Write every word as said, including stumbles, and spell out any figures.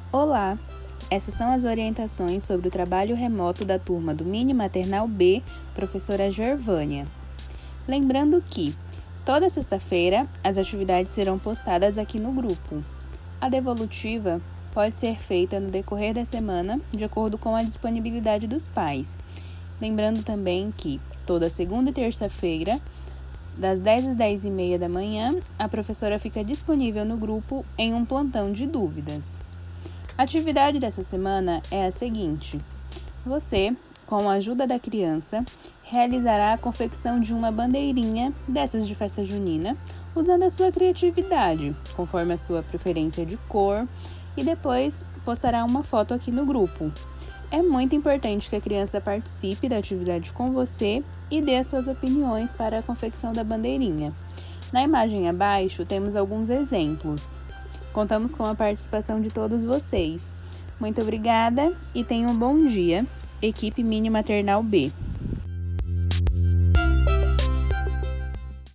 Olá! Essas são as orientações sobre o trabalho remoto da turma do Mini Maternal B, professora Gervânia. Lembrando que, toda sexta-feira, as atividades serão postadas aqui no grupo. A devolutiva pode ser feita no decorrer da semana, de acordo com a disponibilidade dos pais. Lembrando também que, toda segunda e terça-feira, das dez às dez e meia da manhã, a professora fica disponível no grupo em um plantão de dúvidas. A atividade dessa semana é a seguinte: você, com a ajuda da criança, realizará a confecção de uma bandeirinha dessas de festa junina, usando a sua criatividade, conforme a sua preferência de cor, e depois postará uma foto aqui no grupo. É muito importante que a criança participe da atividade com você e dê as suas opiniões para a confecção da bandeirinha. Na imagem abaixo temos alguns exemplos. Contamos com a participação de todos vocês. Muito obrigada e tenham um bom dia. Equipe Mini Maternal B.